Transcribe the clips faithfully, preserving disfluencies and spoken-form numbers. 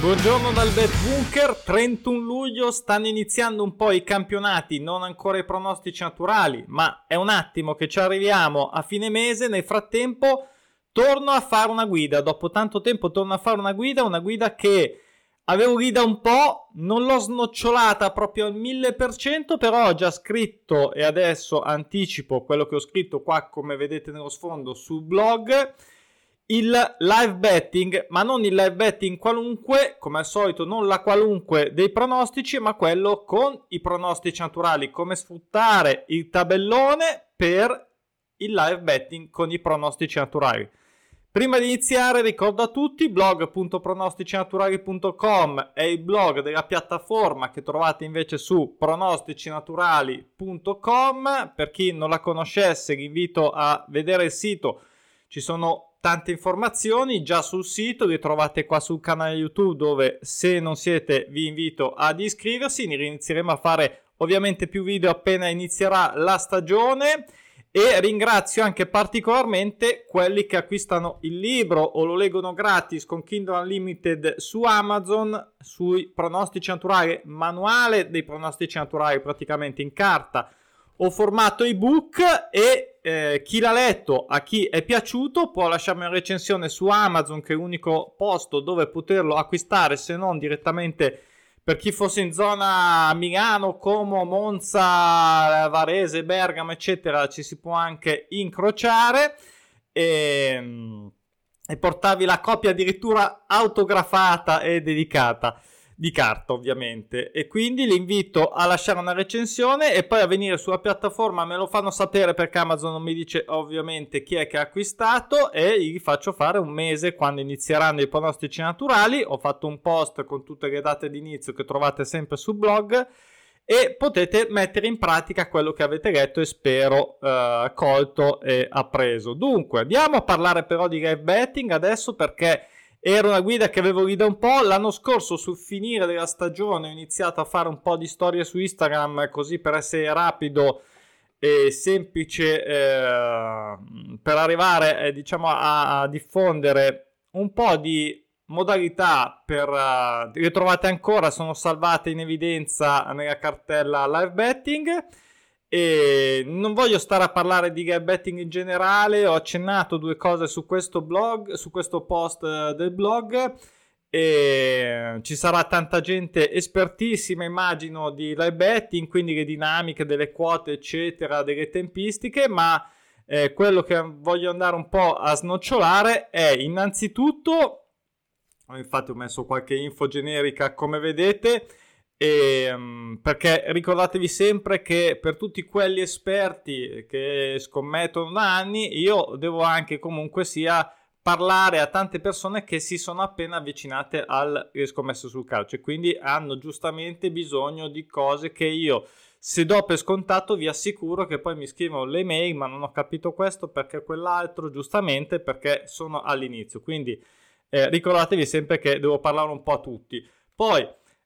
Buongiorno dal Bet Bunker, trentuno luglio, stanno iniziando un po' i campionati, non ancora i pronostici naturali, ma è un attimo che ci arriviamo a fine mese. Nel frattempo torno a fare una guida, dopo tanto tempo torno a fare una guida, una guida che avevo lì da un po', non l'ho snocciolata proprio al mille per cento, però ho già scritto e adesso anticipo quello che ho scritto qua, come vedete nello sfondo, sul blog. Il live betting, ma non il live betting qualunque, come al solito non la qualunque dei pronostici, ma quello con i pronostici naturali, come sfruttare il tabellone per il live betting con i pronostici naturali. Prima di iniziare ricordo a tutti, blog punto pronosticinaturali punto com è il blog della piattaforma che trovate invece su pronosticinaturali punto com. Per chi non la conoscesse vi invito a vedere il sito, ci sono tante informazioni già sul sito, le trovate qua sul canale YouTube, dove se non siete vi invito ad iscriversi. Ne inizieremo a fare ovviamente più video appena inizierà la stagione, e ringrazio anche particolarmente quelli che acquistano il libro o lo leggono gratis con Kindle Unlimited su Amazon, sui pronostici naturali, manuale dei pronostici naturali praticamente in carta o formato ebook, e eh, chi l'ha letto, a chi è piaciuto, può lasciarmi una recensione su Amazon, che è l'unico posto dove poterlo acquistare, se non direttamente per chi fosse in zona Milano, Como, Monza, Varese, Bergamo eccetera, ci si può anche incrociare e, e portarvi la copia addirittura autografata e dedicata, di carta ovviamente. E quindi li invito a lasciare una recensione e poi a venire sulla piattaforma. Me lo fanno sapere perché Amazon non mi dice ovviamente chi è che ha acquistato, e gli faccio fare un mese quando inizieranno i pronostici naturali. Ho fatto un post con tutte le date di inizio che trovate sempre sul blog, e potete mettere in pratica quello che avete letto e spero uh, colto e appreso. Dunque andiamo a parlare però di live betting adesso, perché era una guida che avevo lì da un po'. L'anno scorso, sul finire della stagione, ho iniziato a fare un po' di storie su Instagram, così per essere rapido e semplice, eh, per arrivare eh, diciamo a, a diffondere un po' di modalità per uh, le trovate ancora, sono salvate in evidenza nella cartella live betting. E non voglio stare a parlare di live betting in generale, ho accennato due cose su questo blog, su questo post del blog, e ci sarà tanta gente espertissima immagino di live betting, quindi le dinamiche delle quote eccetera, delle tempistiche, ma eh, quello che voglio andare un po' a snocciolare è innanzitutto, infatti ho messo qualche info generica come vedete, E, um, perché ricordatevi sempre che per tutti quelli esperti che scommettono da anni, io devo anche comunque sia parlare a tante persone che si sono appena avvicinate alle scommesse sul calcio, e quindi hanno giustamente bisogno di cose che io, se do per scontato, vi assicuro che poi mi scrivono le mail: ma non ho capito questo, perché quell'altro, giustamente perché sono all'inizio. Quindi eh, ricordatevi sempre che devo parlare un po' a tutti. Poi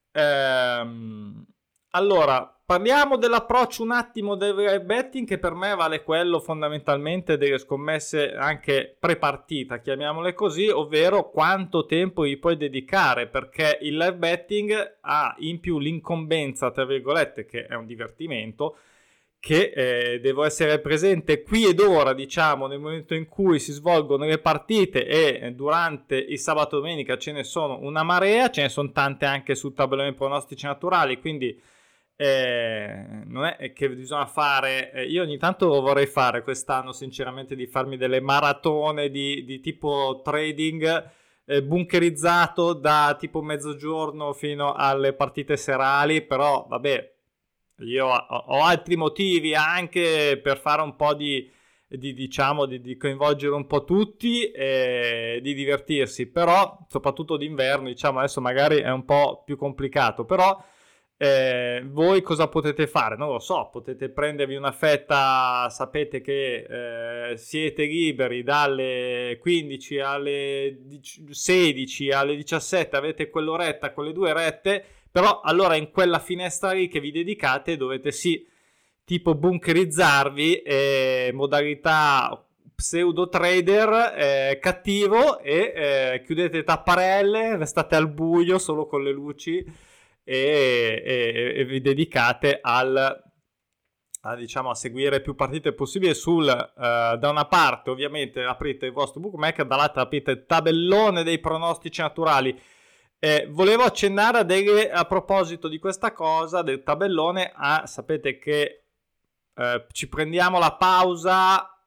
Ehm, allora, parliamo dell'approccio un attimo del live betting, che per me vale quello fondamentalmente delle scommesse anche pre-partita, chiamiamole così, ovvero quanto tempo gli puoi dedicare, perché il live betting ha in più l'incombenza, tra virgolette, che è un divertimento, che eh, devo essere presente qui ed ora, diciamo, nel momento in cui si svolgono le partite, e durante il sabato e domenica ce ne sono una marea, ce ne sono tante anche sul tabellone pronostici naturali, quindi eh, non è che bisogna fare, eh, io ogni tanto vorrei fare quest'anno sinceramente di farmi delle maratone di, di tipo trading eh, bunkerizzato da tipo mezzogiorno fino alle partite serali, però vabbè, io ho, ho altri motivi anche per fare un po' di, di diciamo di, di coinvolgere un po' tutti e di divertirsi, però soprattutto d'inverno, diciamo, adesso magari è un po' più complicato, però eh, voi cosa potete fare? Non lo so, potete prendervi una fetta, sapete che eh, siete liberi dalle quindici alle sedici, alle diciassette, avete quell'oretta, quelle due rette. Però allora in quella finestra lì che vi dedicate dovete sì tipo bunkerizzarvi, eh, modalità pseudo trader eh, cattivo e eh, chiudete le tapparelle, restate al buio solo con le luci e, e, e vi dedicate al a, diciamo, a seguire più partite possibili sul uh, da una parte ovviamente aprite il vostro bookmaker, dall'altra aprite il tabellone dei pronostici naturali. Eh, volevo accennare a, delle, a proposito di questa cosa del tabellone, a, sapete che eh, ci prendiamo la pausa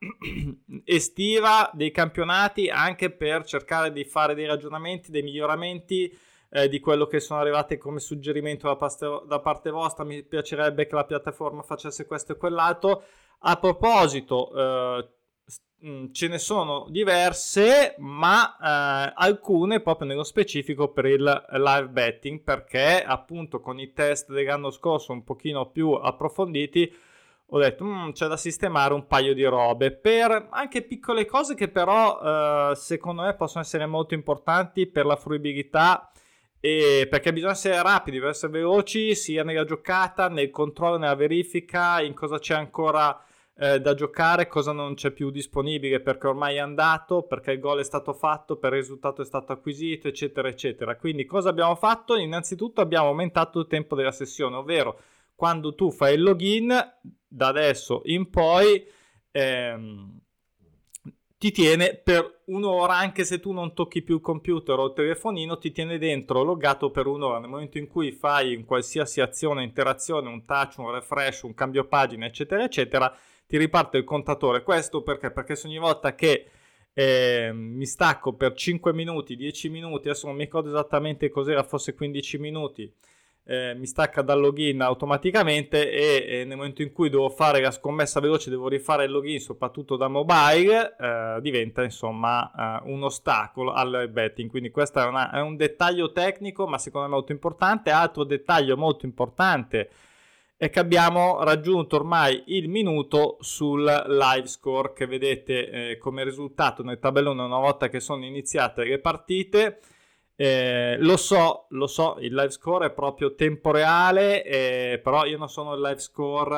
estiva dei campionati anche per cercare di fare dei ragionamenti, dei miglioramenti eh, di quello che sono arrivate come suggerimento da parte, da parte vostra. Mi piacerebbe che la piattaforma facesse questo e quell'altro. A proposito, eh, ce ne sono diverse, ma eh, alcune proprio nello specifico per il live betting, perché appunto con i test dell'anno scorso un pochino più approfonditi ho detto mm, c'è da sistemare un paio di robe per anche piccole cose che però eh, secondo me possono essere molto importanti per la fruibilità, e perché bisogna essere rapidi, bisogna essere veloci sia nella giocata, nel controllo, nella verifica, in cosa c'è ancora eh, da giocare, cosa non c'è più disponibile perché ormai è andato, perché il gol è stato fatto, per il risultato è stato acquisito, eccetera eccetera. Quindi cosa abbiamo fatto? Innanzitutto abbiamo aumentato il tempo della sessione, ovvero quando tu fai il login da adesso in poi ehm, ti tiene per un'ora, anche se tu non tocchi più il computer o il telefonino, ti tiene dentro loggato per un'ora. Nel momento in cui fai in qualsiasi azione, interazione, un touch, un refresh, un cambio pagina, eccetera eccetera, ti riparte il contatore. Questo perché? Perché se ogni volta che eh, mi stacco per cinque minuti, dieci minuti, adesso non mi ricordo esattamente cos'era, forse quindici minuti, Eh, mi stacca dal login automaticamente e, e nel momento in cui devo fare la scommessa veloce, devo rifare il login soprattutto da mobile, eh, diventa insomma eh, un ostacolo al betting. Quindi questo è, una, è un dettaglio tecnico, ma secondo me molto importante. Altro dettaglio molto importante è che abbiamo raggiunto ormai il minuto sul live score che vedete eh, come risultato nel tabellone una volta che sono iniziate le partite. Eh, lo so, lo so, il live score è proprio tempo reale, eh, però io non sono il live score,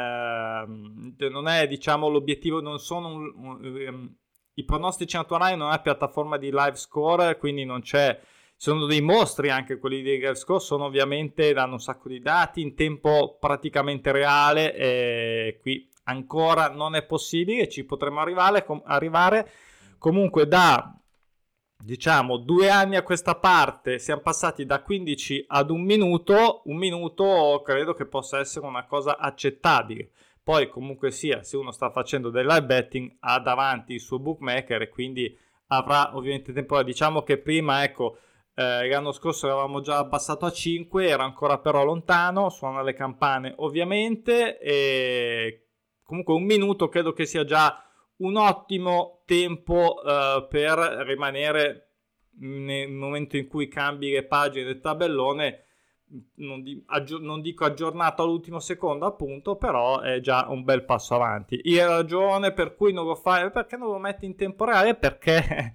eh, non è diciamo l'obiettivo, non sono un, un, um, i pronostici naturali non è piattaforma di live score, quindi non c'è, sono dei mostri anche quelli di live score, sono ovviamente, danno un sacco di dati in tempo praticamente reale, e qui ancora non è possibile, ci potremo arrivare, com- arrivare comunque da... diciamo due anni a questa parte siamo passati da quindici ad un minuto. Un minuto credo che possa essere una cosa accettabile. Poi comunque sia, se uno sta facendo del live betting ha davanti il suo bookmaker e quindi avrà ovviamente tempo. Diciamo che prima, ecco, eh, l'anno scorso eravamo già abbassato a cinque, era ancora però lontano, suona le campane ovviamente, e comunque un minuto credo che sia già un ottimo tempo uh, per rimanere nel momento in cui cambi le pagine del tabellone, non, di, aggi- non dico aggiornato all'ultimo secondo appunto, però è già un bel passo avanti. La ragione per cui non lo fai, perché non lo metti in tempo reale, perché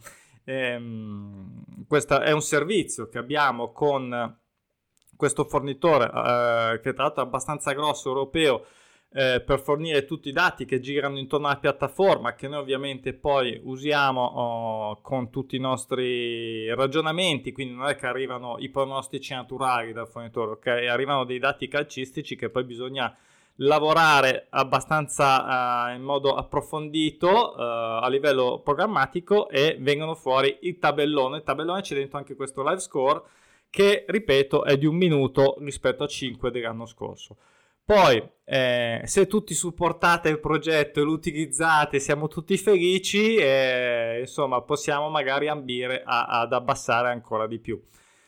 ehm, questo è un servizio che abbiamo con questo fornitore eh, che tra l'altro è abbastanza grosso, europeo, Eh, per fornire tutti i dati che girano intorno alla piattaforma, che noi ovviamente poi usiamo oh, con tutti i nostri ragionamenti. Quindi non è che arrivano i pronostici naturali dal fornitore, ok? Arrivano dei dati calcistici che poi bisogna lavorare abbastanza uh, in modo approfondito uh, a livello programmatico, e vengono fuori il tabellone. Il tabellone c'è dentro anche questo live score che, ripeto, è di un minuto rispetto a cinque dell'anno scorso. Poi, eh, se tutti supportate il progetto e lo utilizzate, siamo tutti felici, e, insomma, possiamo magari ambire a, ad abbassare ancora di più.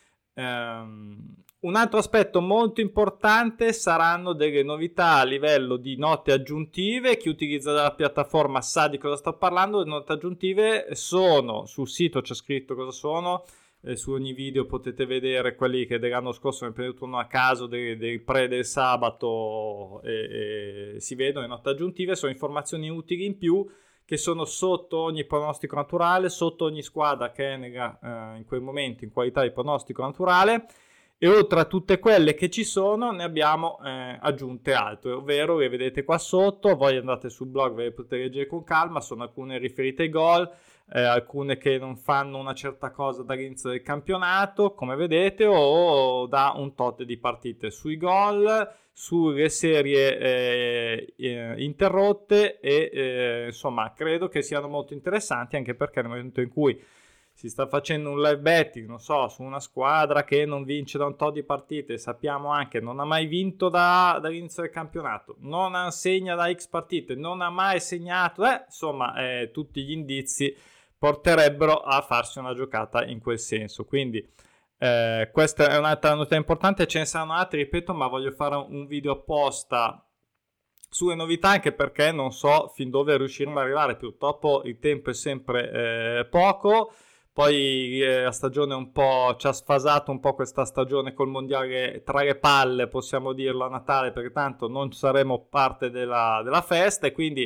Um, un altro aspetto molto importante saranno delle novità a livello di note aggiuntive. Chi utilizza la piattaforma sa di cosa sto parlando. Le note aggiuntive sono, sul sito c'è scritto cosa sono. Eh, su ogni video potete vedere quelli che dell'anno scorso ne ho preso uno a caso, dei, dei pre del sabato, e, e si vedono. Le note aggiuntive sono informazioni utili in più che sono sotto ogni pronostico naturale, sotto ogni squadra che è nella, eh, in quel momento in qualità di pronostico naturale, e oltre a tutte quelle che ci sono ne abbiamo eh, aggiunte altre, ovvero le vedete qua sotto. Voi andate sul blog, ve le potete leggere con calma, sono alcune riferite ai gol, eh, alcune che non fanno una certa cosa dall'inizio del campionato, come vedete, o da un tot di partite, sui gol, sulle serie eh, eh, interrotte e eh, insomma credo che siano molto interessanti, anche perché nel momento in cui si sta facendo un live betting, non so, su una squadra che non vince da un tot di partite, sappiamo anche non ha mai vinto da, dall'inizio del campionato, non segna da X partite, non ha mai segnato, eh, insomma eh, tutti gli indizi porterebbero a farsi una giocata in quel senso. Quindi eh, questa è un'altra nota importante, ce ne saranno altri, ripeto, ma voglio fare un video apposta sulle novità, anche perché non so fin dove riusciremo ad arrivare. Purtroppo il tempo è sempre eh, poco. Poi eh, la stagione un po' ci ha sfasato un po' questa stagione col mondiale tra le palle, possiamo dirlo, a Natale, perché tanto non saremo parte della, della festa, e quindi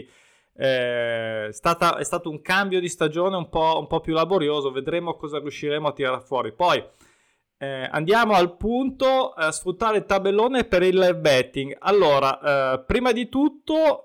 eh, è, stata, è stato un cambio di stagione un po', un po' più laborioso. Vedremo cosa riusciremo a tirare fuori. Poi eh, andiamo al punto, a eh, sfruttare il tabellone per il live betting. Allora, eh, prima di tutto,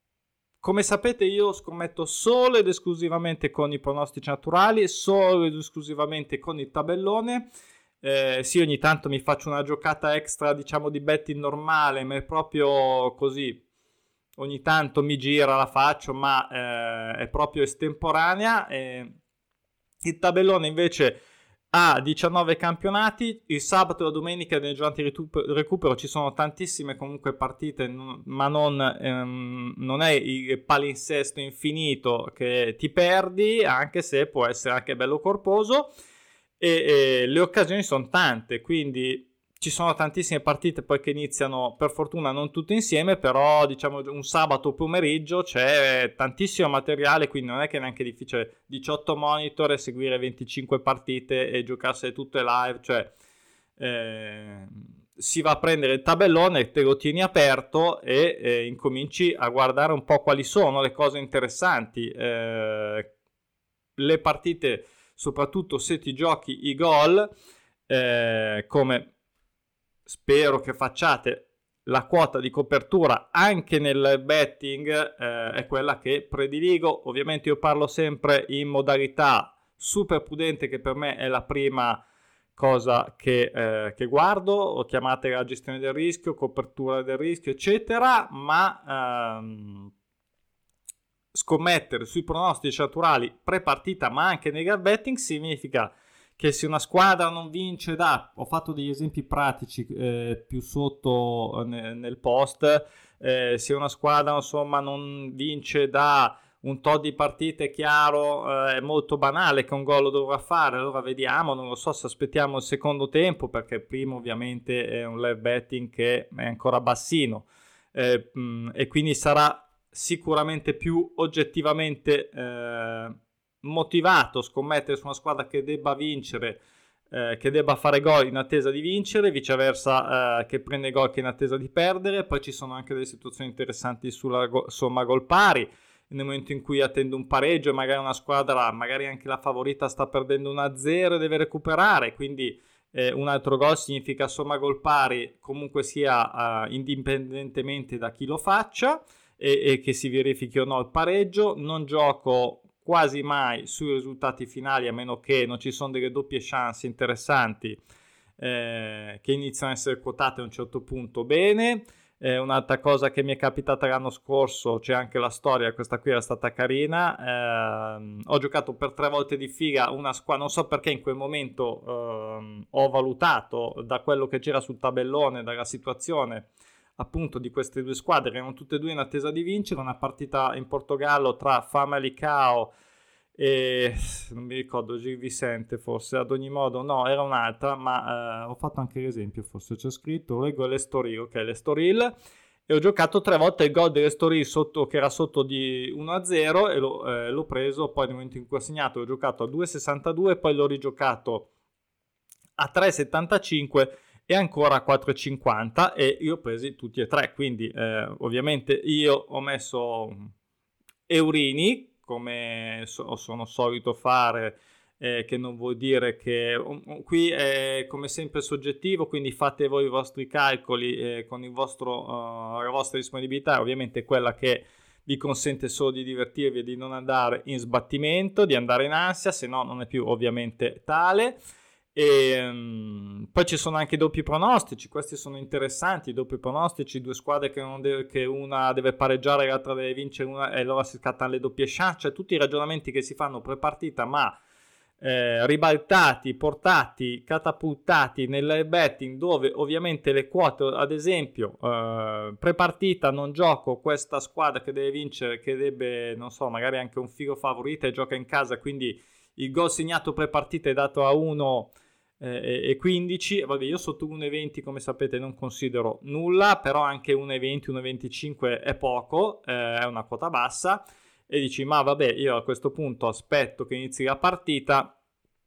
come sapete, io scommetto solo ed esclusivamente con i pronostici naturali, solo ed esclusivamente con il tabellone. Eh, sì, ogni tanto mi faccio una giocata extra, diciamo, di betting normale, ma è proprio così. Ogni tanto mi gira, la faccio, ma eh, è proprio estemporanea. Eh, il tabellone invece ha diciannove campionati. Il sabato e la domenica nelle giornate di recupero ci sono tantissime comunque partite, ma non, ehm, non è il palinsesto infinito che ti perdi, anche se può essere anche bello corposo, e, e le occasioni sono tante, quindi ci sono tantissime partite poi che iniziano, per fortuna non tutte insieme, però diciamo un sabato pomeriggio c'è tantissimo materiale, quindi non è che è neanche difficile diciotto monitor e seguire venticinque partite e giocarsele tutte live, cioè eh, si va a prendere il tabellone, te lo tieni aperto e eh, incominci a guardare un po' quali sono le cose interessanti, eh, le partite, soprattutto se ti giochi i gol, eh, come spero che facciate. La quota di copertura anche nel betting eh, è quella che prediligo. Ovviamente io parlo sempre in modalità super prudente, che per me è la prima cosa che, eh, che guardo, o chiamate la gestione del rischio, copertura del rischio, eccetera, ma ehm, scommettere sui pronostici naturali pre-partita, ma anche nel betting, significa che se una squadra non vince da, ho fatto degli esempi pratici eh, più sotto ne, nel post, eh, se una squadra insomma non vince da un tot di partite, chiaro, eh, è molto banale che un gol lo dovrà fare, allora vediamo, non lo so se aspettiamo il secondo tempo, perché il primo ovviamente è un live betting che è ancora bassino, eh, mh, e quindi sarà sicuramente più oggettivamente eh, motivato scommettere su una squadra che debba vincere, eh, che debba fare gol in attesa di vincere, viceversa eh, che prende gol che in attesa di perdere. Poi ci sono anche delle situazioni interessanti sulla go- somma gol pari, nel momento in cui attende un pareggio e magari una squadra, magari anche la favorita, sta perdendo uno a zero e deve recuperare, quindi eh, un altro gol significa somma gol pari, comunque sia eh, indipendentemente da chi lo faccia, e, e che si verifichi o no il pareggio. Non gioco quasi mai sui risultati finali, a meno che non ci sono delle doppie chance interessanti eh, che iniziano a essere quotate a un certo punto bene. Eh, un'altra cosa che mi è capitata l'anno scorso, c'è anche la storia, questa qui era stata carina, eh, ho giocato per tre volte di fila una squadra, non so perché in quel momento eh, ho valutato da quello che c'era sul tabellone, dalla situazione appunto di queste due squadre, che erano tutte e due in attesa di vincere, una partita in Portogallo tra Famalicão e non mi ricordo, Gil Vicente forse, ad ogni modo no, era un'altra, ma eh, ho fatto anche l'esempio, forse c'è scritto, leggo l'Estoril, ok, l'Estoril, e ho giocato tre volte il gol dell'Estoril sotto, che era sotto di uno a zero, e l'ho, eh, l'ho preso, poi nel momento in cui ho segnato l'ho giocato a due virgola sessantadue, poi l'ho rigiocato a tre virgola settantacinque e ancora a quattro virgola cinquanta, e io ho presi tutti e tre, quindi eh, ovviamente io ho messo eurini come so, sono solito fare eh, che non vuol dire che um, qui è come sempre soggettivo, quindi fate voi i vostri calcoli eh, con il vostro, uh, la vostra disponibilità, ovviamente quella che vi consente solo di divertirvi e di non andare in sbattimento, di andare in ansia, se no non è più ovviamente tale. E um, poi ci sono anche i doppi pronostici, questi sono interessanti, i doppi pronostici, due squadre che, non deve, che una deve pareggiare e l'altra deve vincere una, e allora si scattano le doppie chance, cioè tutti i ragionamenti che si fanno pre-partita ma eh, ribaltati, portati, catapultati nel betting, dove ovviamente le quote, ad esempio eh, pre-partita non gioco questa squadra che deve vincere, che deve, non so, magari anche un figo favorito e gioca in casa, quindi il gol segnato pre-partita è dato a uno e quindici. Vabbè, io sotto uno e venti come sapete non considero nulla, però anche uno e venti, uno e venticinque è poco, eh, è una quota bassa, e dici ma vabbè, io a questo punto aspetto che inizi la partita,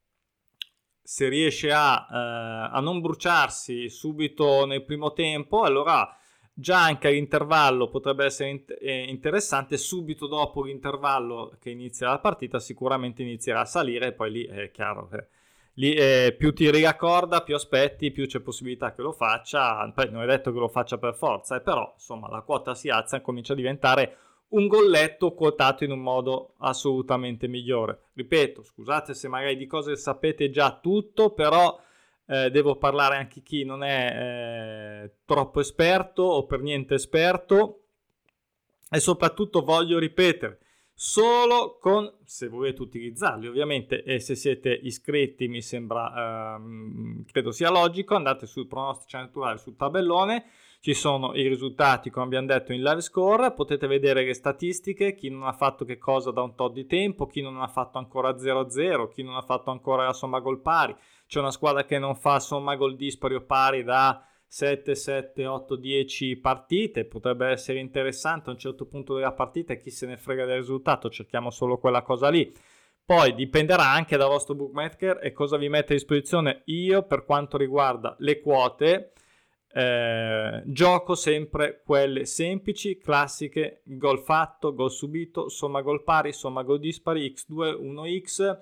se riesce a, eh, a non bruciarsi subito nel primo tempo, allora già anche all'intervallo potrebbe essere int- interessante. Subito dopo l'intervallo che inizia la partita sicuramente inizierà a salire, e poi lì è chiaro che lì eh, più tiri la corda, più aspetti, più c'è possibilità che lo faccia. Poi non è detto che lo faccia per forza, eh, però insomma la quota si alza e comincia a diventare un golletto quotato in un modo assolutamente migliore. Ripeto, scusate se magari di cose sapete già tutto, però eh, devo parlare anche chi non è eh, troppo esperto o per niente esperto, e soprattutto voglio ripetere, solo con, se volete utilizzarli ovviamente, e se siete iscritti mi sembra, ehm, credo sia logico, andate sul pronostici naturali, sul tabellone, ci sono i risultati come abbiamo detto in live score, potete vedere le statistiche, chi non ha fatto che cosa da un tot di tempo, chi non ha fatto ancora zero a zero, chi non ha fatto ancora la somma gol pari, c'è una squadra che non fa somma gol dispari o pari da sette, sette, otto, dieci partite, potrebbe essere interessante a un certo punto della partita, e chi se ne frega del risultato, cerchiamo solo quella cosa lì. Poi dipenderà anche dal vostro bookmaker e cosa vi mette a disposizione. Io per quanto riguarda le quote eh, gioco sempre quelle semplici, classiche, gol fatto, gol subito, somma gol pari, somma gol dispari, ics due, uno x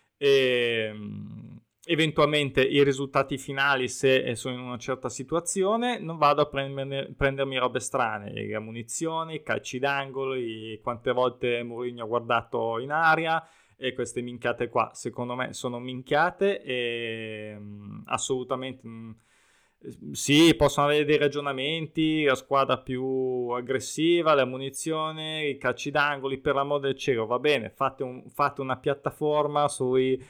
e eventualmente i risultati finali se sono in una certa situazione. Non vado a prenderne, prendermi robe strane, le ammunizioni, i calci d'angolo, i, quante volte Mourinho ha guardato in aria, e queste minchiate qua secondo me sono minchiate e mh, assolutamente mh, sì, possono avere dei ragionamenti, la squadra più aggressiva, le munizioni, i calci d'angoli, per l'amor del cielo, va bene, fate, un, fate una piattaforma sui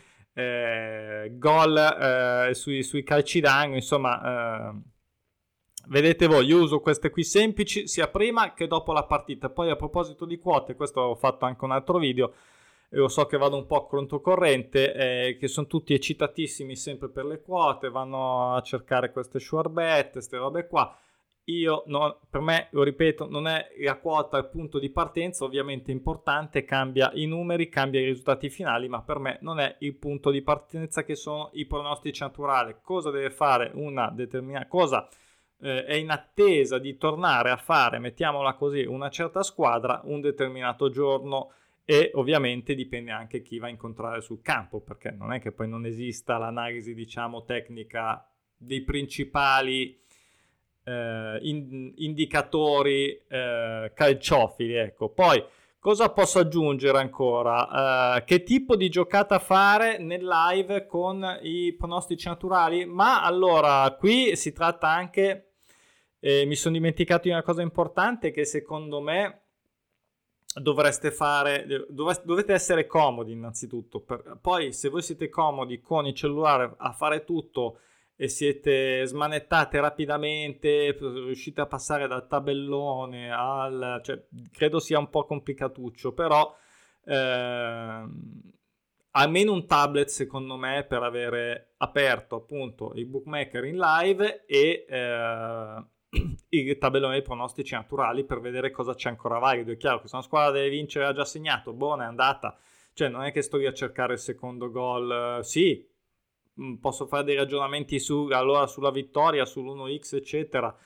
eh, gol, eh, sui, sui calci d'angolo, insomma, eh, vedete voi, io uso queste qui semplici sia prima che dopo la partita. Poi a proposito di quote, questo ho fatto anche un altro video, e lo so che vado un po' controcorrente, eh, che sono tutti eccitatissimi sempre per le quote, vanno a cercare queste sure bet, queste robe qua. Io, non, per me, lo ripeto, non è la quota il punto di partenza, ovviamente è importante, cambia i numeri, cambia i risultati finali, ma per me non è il punto di partenza che sono i pronostici naturali. Cosa deve fare una determinata cosa? Eh, è in attesa di tornare a fare, mettiamola così, una certa squadra un determinato giorno. E ovviamente dipende anche chi va a incontrare sul campo, perché non è che poi non esista l'analisi, diciamo, tecnica dei principali eh, in, indicatori eh, calciofili, ecco. Poi cosa posso aggiungere ancora? Eh, che tipo di giocata fare nel live con i pronostici naturali? Ma allora, qui si tratta anche, eh, mi sono dimenticato di una cosa importante che secondo me dovreste fare, dov- dovete essere comodi innanzitutto, per, poi se voi siete comodi con il cellulare a fare tutto e siete smanettati rapidamente, riuscite a passare dal tabellone al, cioè credo sia un po' complicatuccio, però eh, almeno un tablet secondo me per avere aperto appunto il bookmaker in live e eh, il tabellone dei pronostici naturali per vedere cosa c'è ancora valido. È chiaro che se una squadra deve vincere, ha già segnato, buona, è andata, cioè non è che sto lì a cercare il secondo gol. Sì, posso fare dei ragionamenti su, allora sulla vittoria, sull'uno x eccetera,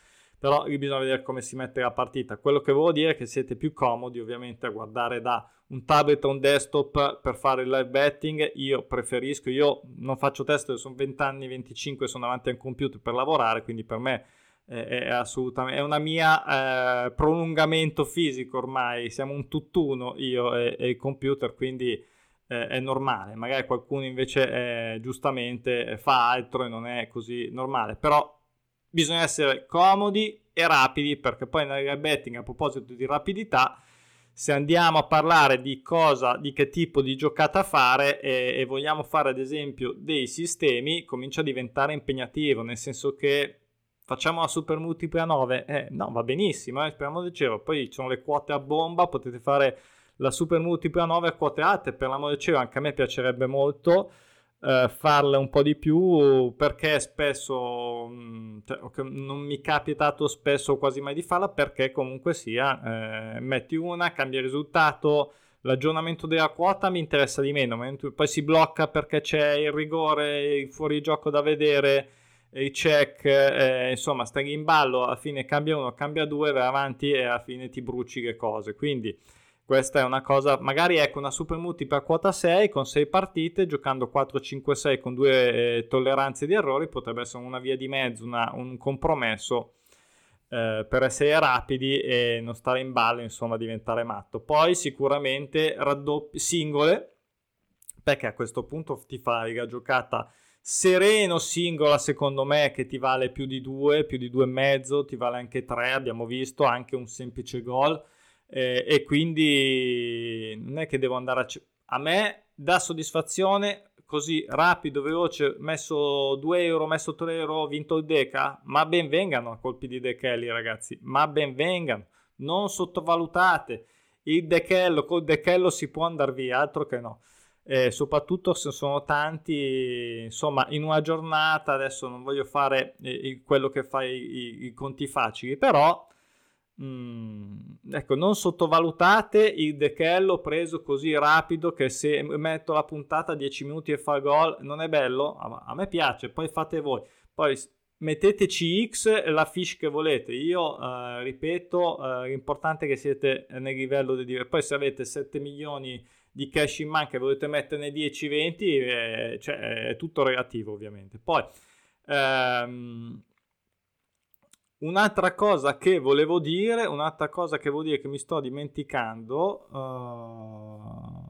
però bisogna vedere come si mette la partita. Quello che volevo dire è che siete più comodi ovviamente a guardare da un tablet o un desktop per fare il live betting. Io preferisco, io non faccio test, sono venti anni, venticinque, sono davanti a un computer per lavorare, quindi per me è, è assolutamente, è una mia eh, prolungamento fisico ormai, siamo un tutt'uno io e, e il computer, quindi eh, è normale. Magari qualcuno invece eh, giustamente fa altro e non è così normale, però bisogna essere comodi e rapidi, perché poi nel live betting, a proposito di rapidità, se andiamo a parlare di cosa, di che tipo di giocata fare e, e vogliamo fare ad esempio dei sistemi, comincia a diventare impegnativo, nel senso che facciamo la super multipla nove, eh, no, va benissimo, eh, speriamo di cielo, poi ci sono le quote a bomba, potete fare la super multipla nove a quote alte, per l'amore del cielo, anche a me piacerebbe molto Uh, farle un po' di più, perché spesso mh, cioè, non mi capitato spesso quasi mai di farla, perché comunque sia eh, metti una, cambia il risultato, l'aggiornamento della quota mi interessa di meno, poi si blocca perché c'è il rigore, il fuorigioco da vedere, i check, eh, insomma stai in ballo, alla fine cambia uno, cambia due, vai avanti e alla fine ti bruci le cose. Quindi questa è una cosa, magari ecco una super multipla a quota sei con sei partite, giocando quattro cinque sei con due eh, tolleranze di errori, potrebbe essere una via di mezzo, una, un compromesso eh, per essere rapidi e non stare in ballo, insomma diventare matto. Poi sicuramente raddoppi singole, perché a questo punto ti fai la giocata sereno singola, secondo me, che ti vale più di due, più di due e mezzo, ti vale anche tre, abbiamo visto anche un semplice gol. Eh, e quindi non è che devo andare a... C- a me dà soddisfazione così rapido, veloce, messo due euro, messo tre euro, ho vinto il Deca, ma ben vengano a colpi di Dechelli, ragazzi, ma ben vengano, non sottovalutate il Dechello, col Dechello si può andare via, altro che no. Eh, soprattutto se sono tanti, insomma, in una giornata. Adesso non voglio fare eh, quello che fa i, i, i conti facili, però Mm, ecco, non sottovalutate il Dechello preso così rapido, che se metto la puntata dieci minuti e fa gol non è bello. A, a me piace, poi fate voi, poi metteteci X la fish che volete. Io eh, ripeto, eh, l'importante è che siete nel livello di dire. Poi se avete sette milioni di cash in man che volete metterne dieci venti, eh, cioè, è tutto relativo ovviamente. Poi ehm, Un'altra cosa che volevo dire, un'altra cosa che volevo dire che mi sto dimenticando, uh,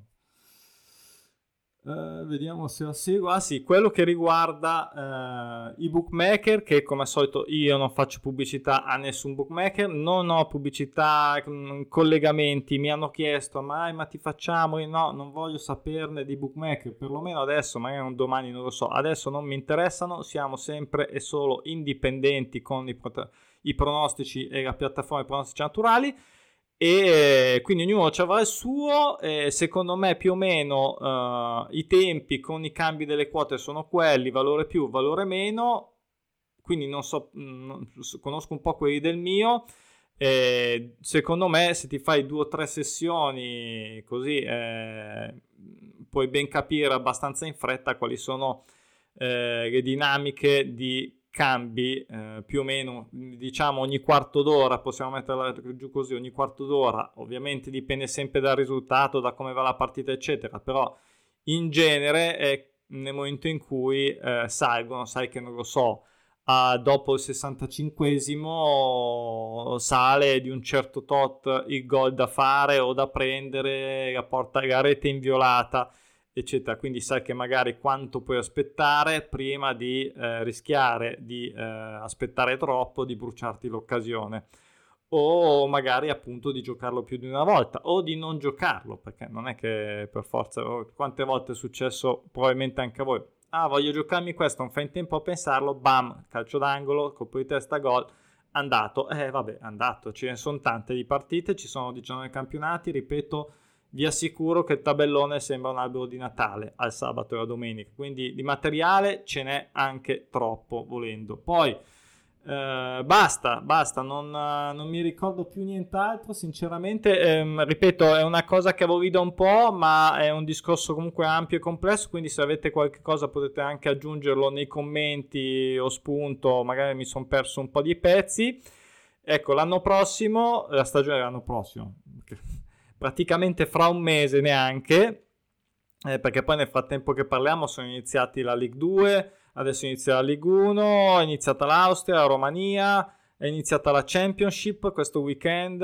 uh, vediamo se la seguo. Ah sì, quello che riguarda uh, i bookmaker, che come al solito io non faccio pubblicità a nessun bookmaker, non ho pubblicità, collegamenti, mi hanno chiesto ma, ma ti facciamo, no, non voglio saperne di bookmaker, perlomeno adesso, magari un domani non lo so, adesso non mi interessano, siamo sempre e solo indipendenti con i, i pronostici e la piattaforma di pronostici naturali, e quindi ognuno ci avrà il suo. E secondo me più o meno uh, i tempi con i cambi delle quote sono quelli, valore più, valore meno, quindi non so, non, conosco un po' quelli del mio. Eh, secondo me se ti fai due o tre sessioni così eh, puoi ben capire abbastanza in fretta quali sono eh, le dinamiche di cambi, eh, più o meno diciamo ogni quarto d'ora, possiamo metterla giù così, ogni quarto d'ora. Ovviamente dipende sempre dal risultato, da come va la partita eccetera, però in genere è nel momento in cui eh, salgono, sai che non lo so, Uh, dopo il sessantacinquesimo sale di un certo tot il gol da fare o da prendere, la, porta, la rete inviolata eccetera, quindi sai che magari quanto puoi aspettare prima di eh, rischiare di eh, aspettare troppo, di bruciarti l'occasione, o magari appunto di giocarlo più di una volta o di non giocarlo, perché non è che per forza, quante volte è successo probabilmente anche a voi. Ah, voglio giocarmi questo, non fai in tempo a pensarlo, bam, calcio d'angolo, colpo di testa, gol, andato. Eh vabbè, andato, ce ne sono tante di partite, ci sono diciannove campionati, ripeto, vi assicuro che il tabellone sembra un albero di Natale al sabato e alla domenica, quindi di materiale ce n'è anche troppo volendo. Poi Uh, basta, basta, non, uh, non mi ricordo più nient'altro sinceramente. ehm, ripeto, è una cosa che avevo da un po', ma è un discorso comunque ampio e complesso, quindi se avete qualche cosa potete anche aggiungerlo nei commenti o spunto, magari mi sono perso un po' di pezzi. Ecco, l'anno prossimo, la stagione dell'anno prossimo, praticamente fra un mese neanche, eh, perché poi nel frattempo che parliamo sono iniziati la League due, adesso inizia la League uno, è iniziata l'Austria, la Romania, è iniziata la Championship questo weekend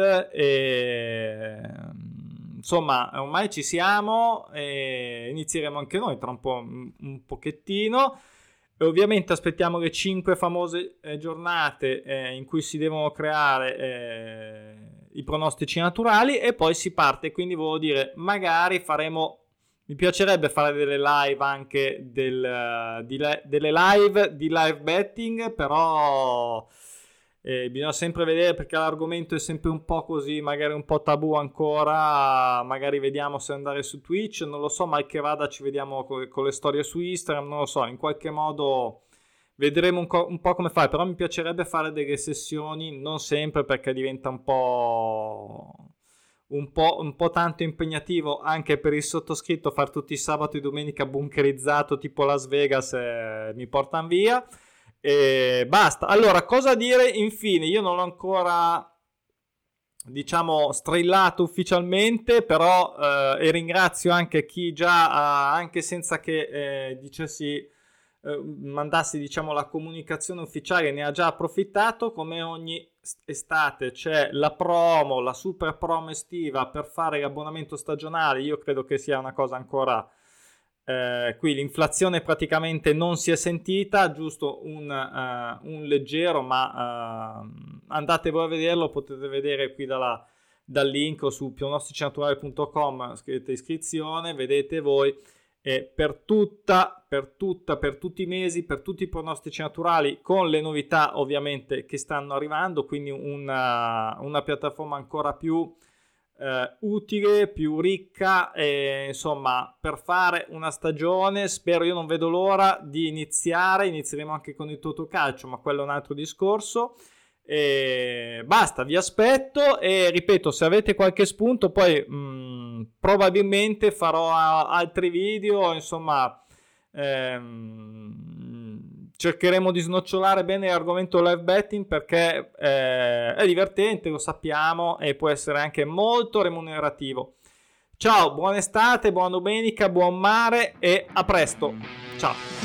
e insomma ormai ci siamo e inizieremo anche noi tra un po', un pochettino, e ovviamente aspettiamo le cinque famose eh, giornate eh, in cui si devono creare eh, i pronostici naturali e poi si parte, quindi volevo dire magari faremo. Mi piacerebbe fare delle live anche del, di, delle live di live betting, però eh, bisogna sempre vedere perché l'argomento è sempre un po' così, magari un po' tabù ancora, magari vediamo se andare su Twitch, non lo so, mal che vada ci vediamo con, con le storie su Instagram, non lo so, in qualche modo vedremo un, co- un po' come fare, però mi piacerebbe fare delle sessioni, non sempre perché diventa un po'... Un po', un po' tanto impegnativo anche per il sottoscritto far tutti i sabato e domenica bunkerizzato tipo Las Vegas, eh, mi portano via e basta. Allora, cosa dire infine? Io non l'ho ancora diciamo strillato ufficialmente, però eh, e ringrazio anche chi già eh, anche senza che eh, dicessi mandassi diciamo la comunicazione ufficiale, ne ha già approfittato. Come ogni estate c'è la promo, la super promo estiva per fare l'abbonamento stagionale. Io credo che sia una cosa ancora eh, qui l'inflazione praticamente non si è sentita, giusto un, uh, un leggero, ma uh, andate voi a vederlo, potete vedere qui dalla, dal link o su pronosticinaturali punto com, scrivete iscrizione, vedete voi. E per tutta, per tutta, per tutti i mesi, per tutti i pronostici naturali, con le novità ovviamente che stanno arrivando, quindi una, una piattaforma ancora più eh, utile, più ricca, e, insomma, per fare una stagione, spero, io non vedo l'ora di iniziare, inizieremo anche con il Totocalcio, ma quello è un altro discorso. E basta, vi aspetto e ripeto, se avete qualche spunto poi mh, probabilmente farò a- altri video, insomma ehm, cercheremo di snocciolare bene l'argomento live betting perché eh, è divertente, lo sappiamo, e può essere anche molto remunerativo. Ciao, buona estate, buona domenica, buon mare e a presto, ciao.